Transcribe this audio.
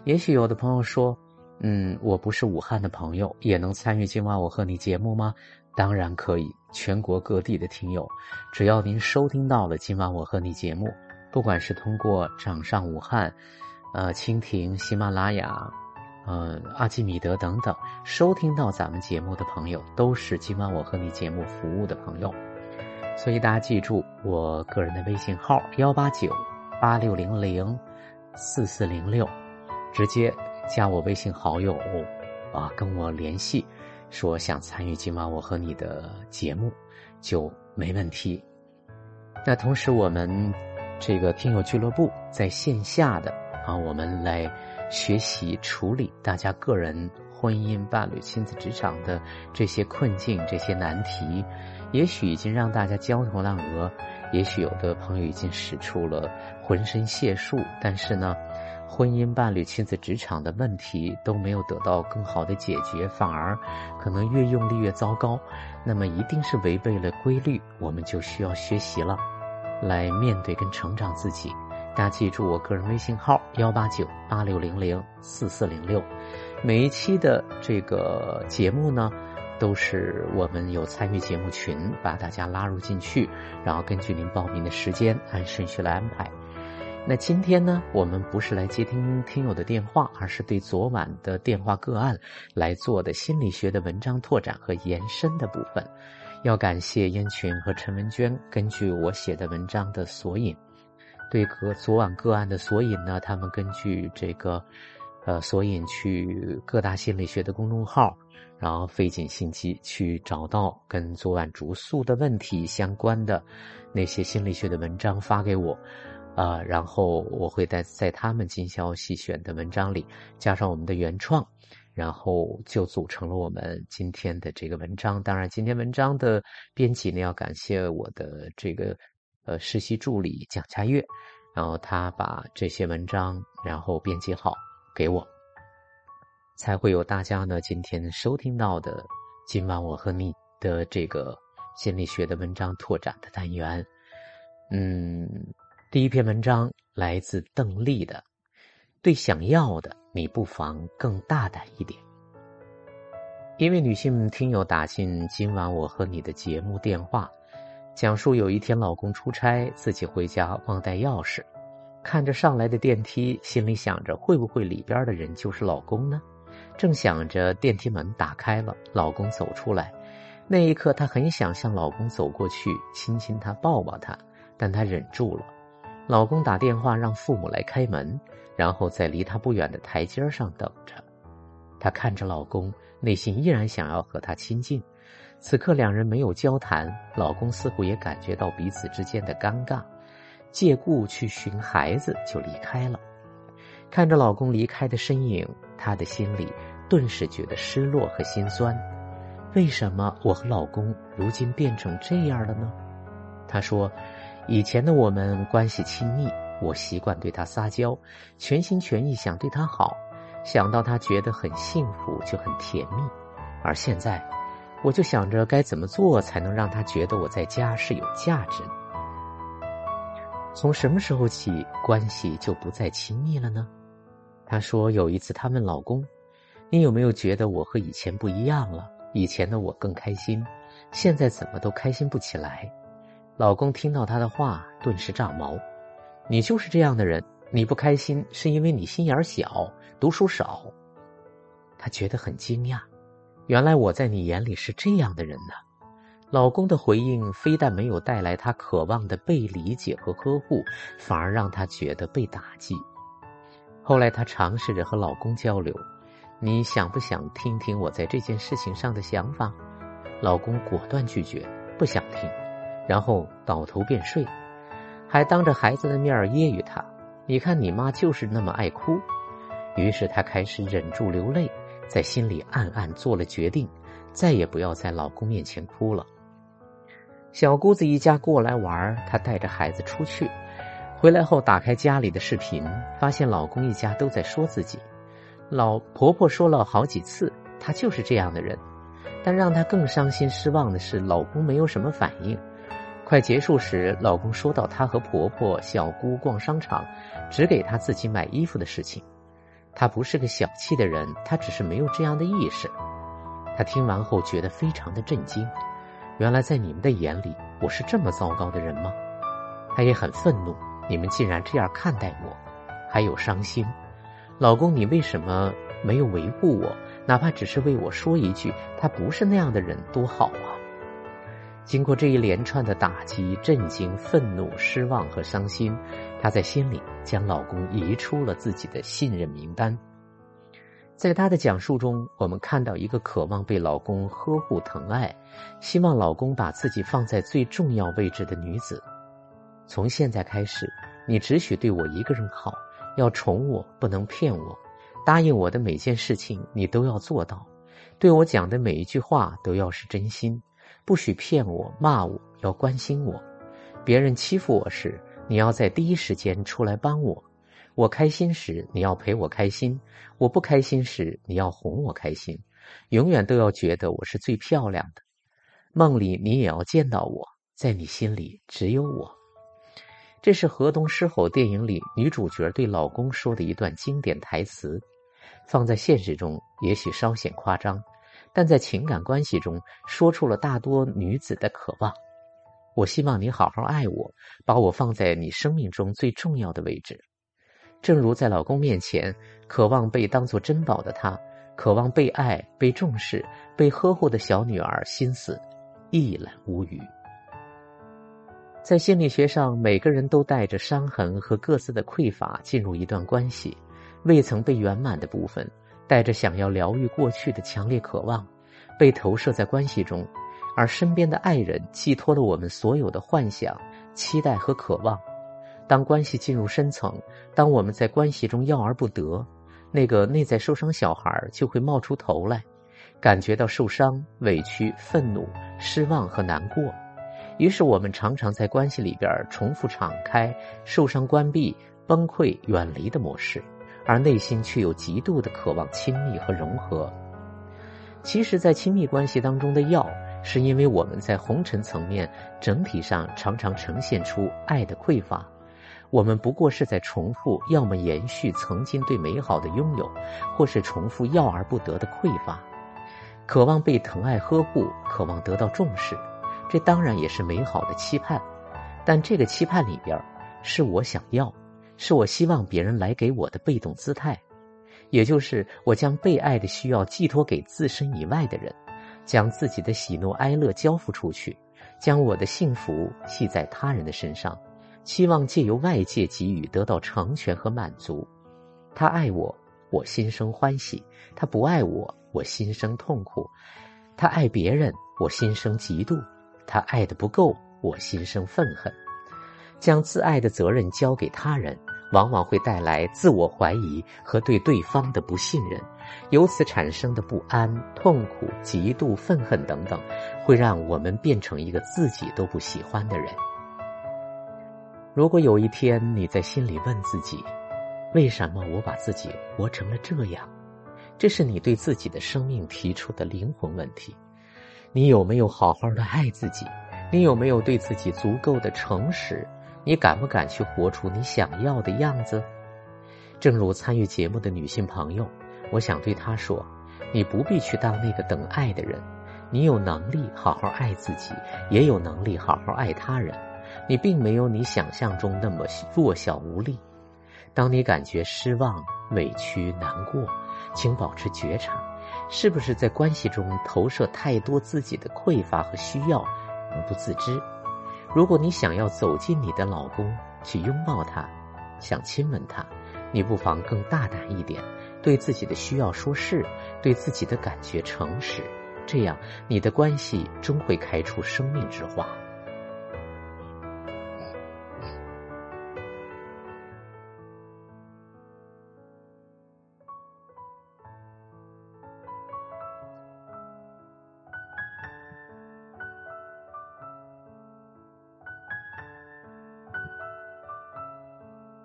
也许有的朋友说，我不是武汉的朋友，也能参与今晚我和你节目吗？当然可以，全国各地的听友，只要您收听到了今晚我和你节目，不管是通过掌上武汉、蜻蜓、喜马拉雅、阿基米德等等，收听到咱们节目的朋友，都是今晚我和你节目服务的朋友。所以大家记住我个人的微信号18986004406，直接加我微信好友跟我联系，说想参与今晚我和你的节目就没问题。那同时我们这个听友俱乐部在线下的我们来学习处理大家个人婚姻、伴侣、亲子、职场的这些困境、这些难题，也许已经让大家焦头烂额，也许有的朋友已经使出了浑身解数，但是呢，婚姻、伴侣、亲子、职场的问题都没有得到更好的解决，反而可能越用力越糟糕，那么一定是违背了规律，我们就需要学习了，来面对跟成长自己。大家记住我个人微信号18986004406，每一期的这个节目呢，都是我们有参与节目群，把大家拉入进去，然后根据您报名的时间按顺序来安排。那今天呢，我们不是来接听友的电话，而是对昨晚的电话个案来做的心理学的文章拓展和延伸的部分。要感谢燕群和陈文娟根据我写的文章的索引，对昨晚个案的索引呢，他们根据这个索引去各大心理学的公众号，然后费尽心机去找到跟昨晚住宿的问题相关的那些心理学的文章发给我，然后我会在他们精挑细选的文章里加上我们的原创，然后就组成了我们今天的这个文章。当然今天文章的编辑呢，要感谢我的这个实习助理蒋佳悦，然后他把这些文章然后编辑好给我，才会有大家呢今天收听到的今晚我和你的这个心理学的文章拓展的单元。第一篇文章来自邓丽的，对想要的你不妨更大胆一点。一位女性听友打进今晚我和你的节目电话，讲述有一天老公出差，自己回家忘带钥匙，看着上来的电梯，心里想着会不会里边的人就是老公呢？正想着，电梯门打开了，老公走出来。那一刻她很想向老公走过去，亲亲他，抱抱他，但她忍住了。老公打电话让父母来开门，然后在离她不远的台阶上等着。她看着老公，内心依然想要和他亲近。此刻两人没有交谈，老公似乎也感觉到彼此之间的尴尬，借故去寻孩子就离开了。看着老公离开的身影，她的心里顿时觉得失落和心酸。为什么我和老公如今变成这样了呢？她说，以前的我们关系亲密，我习惯对他撒娇，全心全意想对他好，想到他觉得很幸福就很甜蜜。而现在我就想着该怎么做才能让他觉得我在家是有价值的。从什么时候起关系就不再亲密了呢？她说，有一次她问老公，你有没有觉得我和以前不一样了？以前的我更开心，现在怎么都开心不起来？老公听到她的话顿时炸毛，你就是这样的人，你不开心是因为你心眼小，读书少。她觉得很惊讶，原来我在你眼里是这样的人呢。老公的回应非但没有带来她渴望的被理解和呵护，反而让她觉得被打击。后来她尝试着和老公交流，你想不想听听我在这件事情上的想法？老公果断拒绝，不想听，然后倒头便睡，还当着孩子的面揶揄她，你看你妈就是那么爱哭。于是她开始忍住流泪，在心里暗暗做了决定，再也不要在老公面前哭了。小姑子一家过来玩，她带着孩子出去，回来后打开家里的视频，发现老公一家都在说自己。老婆婆说了好几次，她就是这样的人。但让她更伤心失望的是，老公没有什么反应。快结束时，老公说到她和婆婆、小姑逛商场，只给她自己买衣服的事情。 他不是个小气的人，他只是没有这样的意识。他听完后觉得非常的震惊，原来在你们的眼里，我是这么糟糕的人吗？他也很愤怒，你们竟然这样看待我，还有伤心。老公，你为什么没有维护我？哪怕只是为我说一句，他不是那样的人，多好啊！经过这一连串的打击、震惊、愤怒、失望和伤心，她在心里将老公移出了自己的信任名单。在她的讲述中，我们看到一个渴望被老公呵护疼爱，希望老公把自己放在最重要位置的女子。从现在开始，你只许对我一个人好，要宠我，不能骗我，答应我的每件事情你都要做到，对我讲的每一句话都要是真心，不许骗我骂我，要关心我。别人欺负我时，你要在第一时间出来帮我。我开心时，你要陪我开心；我不开心时，你要哄我开心。永远都要觉得我是最漂亮的。梦里你也要见到我，在你心里只有我。这是《河东狮吼》电影里女主角对老公说的一段经典台词，放在现实中也许稍显夸张，但在情感关系中说出了大多女子的渴望。我希望你好好爱我，把我放在你生命中最重要的位置。正如在老公面前渴望被当作珍宝的她，渴望被爱、被重视、被呵护的小女儿心思一览无余。在心理学上，每个人都带着伤痕和各自的匮乏进入一段关系，未曾被圆满的部分带着想要疗愈过去的强烈渴望被投射在关系中，而身边的爱人寄托了我们所有的幻想、期待和渴望。当关系进入深层，当我们在关系中要而不得，那个内在受伤小孩就会冒出头来，感觉到受伤、委屈、愤怒、失望和难过。于是我们常常在关系里边重复敞开、受伤关闭、崩溃、远离的模式，而内心却有极度的渴望亲密和融合。其实在亲密关系当中的要，是因为我们在红尘层面整体上常常呈现出爱的匮乏，我们不过是在重复，要么延续曾经对美好的拥有，或是重复要而不得的匮乏。渴望被疼爱呵护，渴望得到重视，这当然也是美好的期盼，但这个期盼里边是我想要，是我希望别人来给我的被动姿态，也就是我将被爱的需要寄托给自身以外的人，将自己的喜怒哀乐交付出去，将我的幸福系在他人的身上，希望借由外界给予得到成全和满足。他爱我，我心生欢喜；他不爱我，我心生痛苦。他爱别人，我心生嫉妒；他爱的不够，我心生愤恨。将自爱的责任交给他人，往往会带来自我怀疑和对对方的不信任，由此产生的不安、痛苦、嫉妒、愤恨等等，会让我们变成一个自己都不喜欢的人。如果有一天你在心里问自己，为什么我把自己活成了这样？这是你对自己的生命提出的灵魂问题。你有没有好好的爱自己？你有没有对自己足够的诚实？你敢不敢去活出你想要的样子？正如参与节目的女性朋友，我想对她说，你不必去当那个等爱的人，你有能力好好爱自己，也有能力好好爱他人。你并没有你想象中那么弱小无力。当你感觉失望、委屈、难过，请保持觉察，是不是在关系中投射太多自己的匮乏和需要而不自知？如果你想要走进你的老公，去拥抱他，想亲吻他，你不妨更大胆一点，对自己的需要说是，对自己的感觉诚实，这样你的关系终会开出生命之花。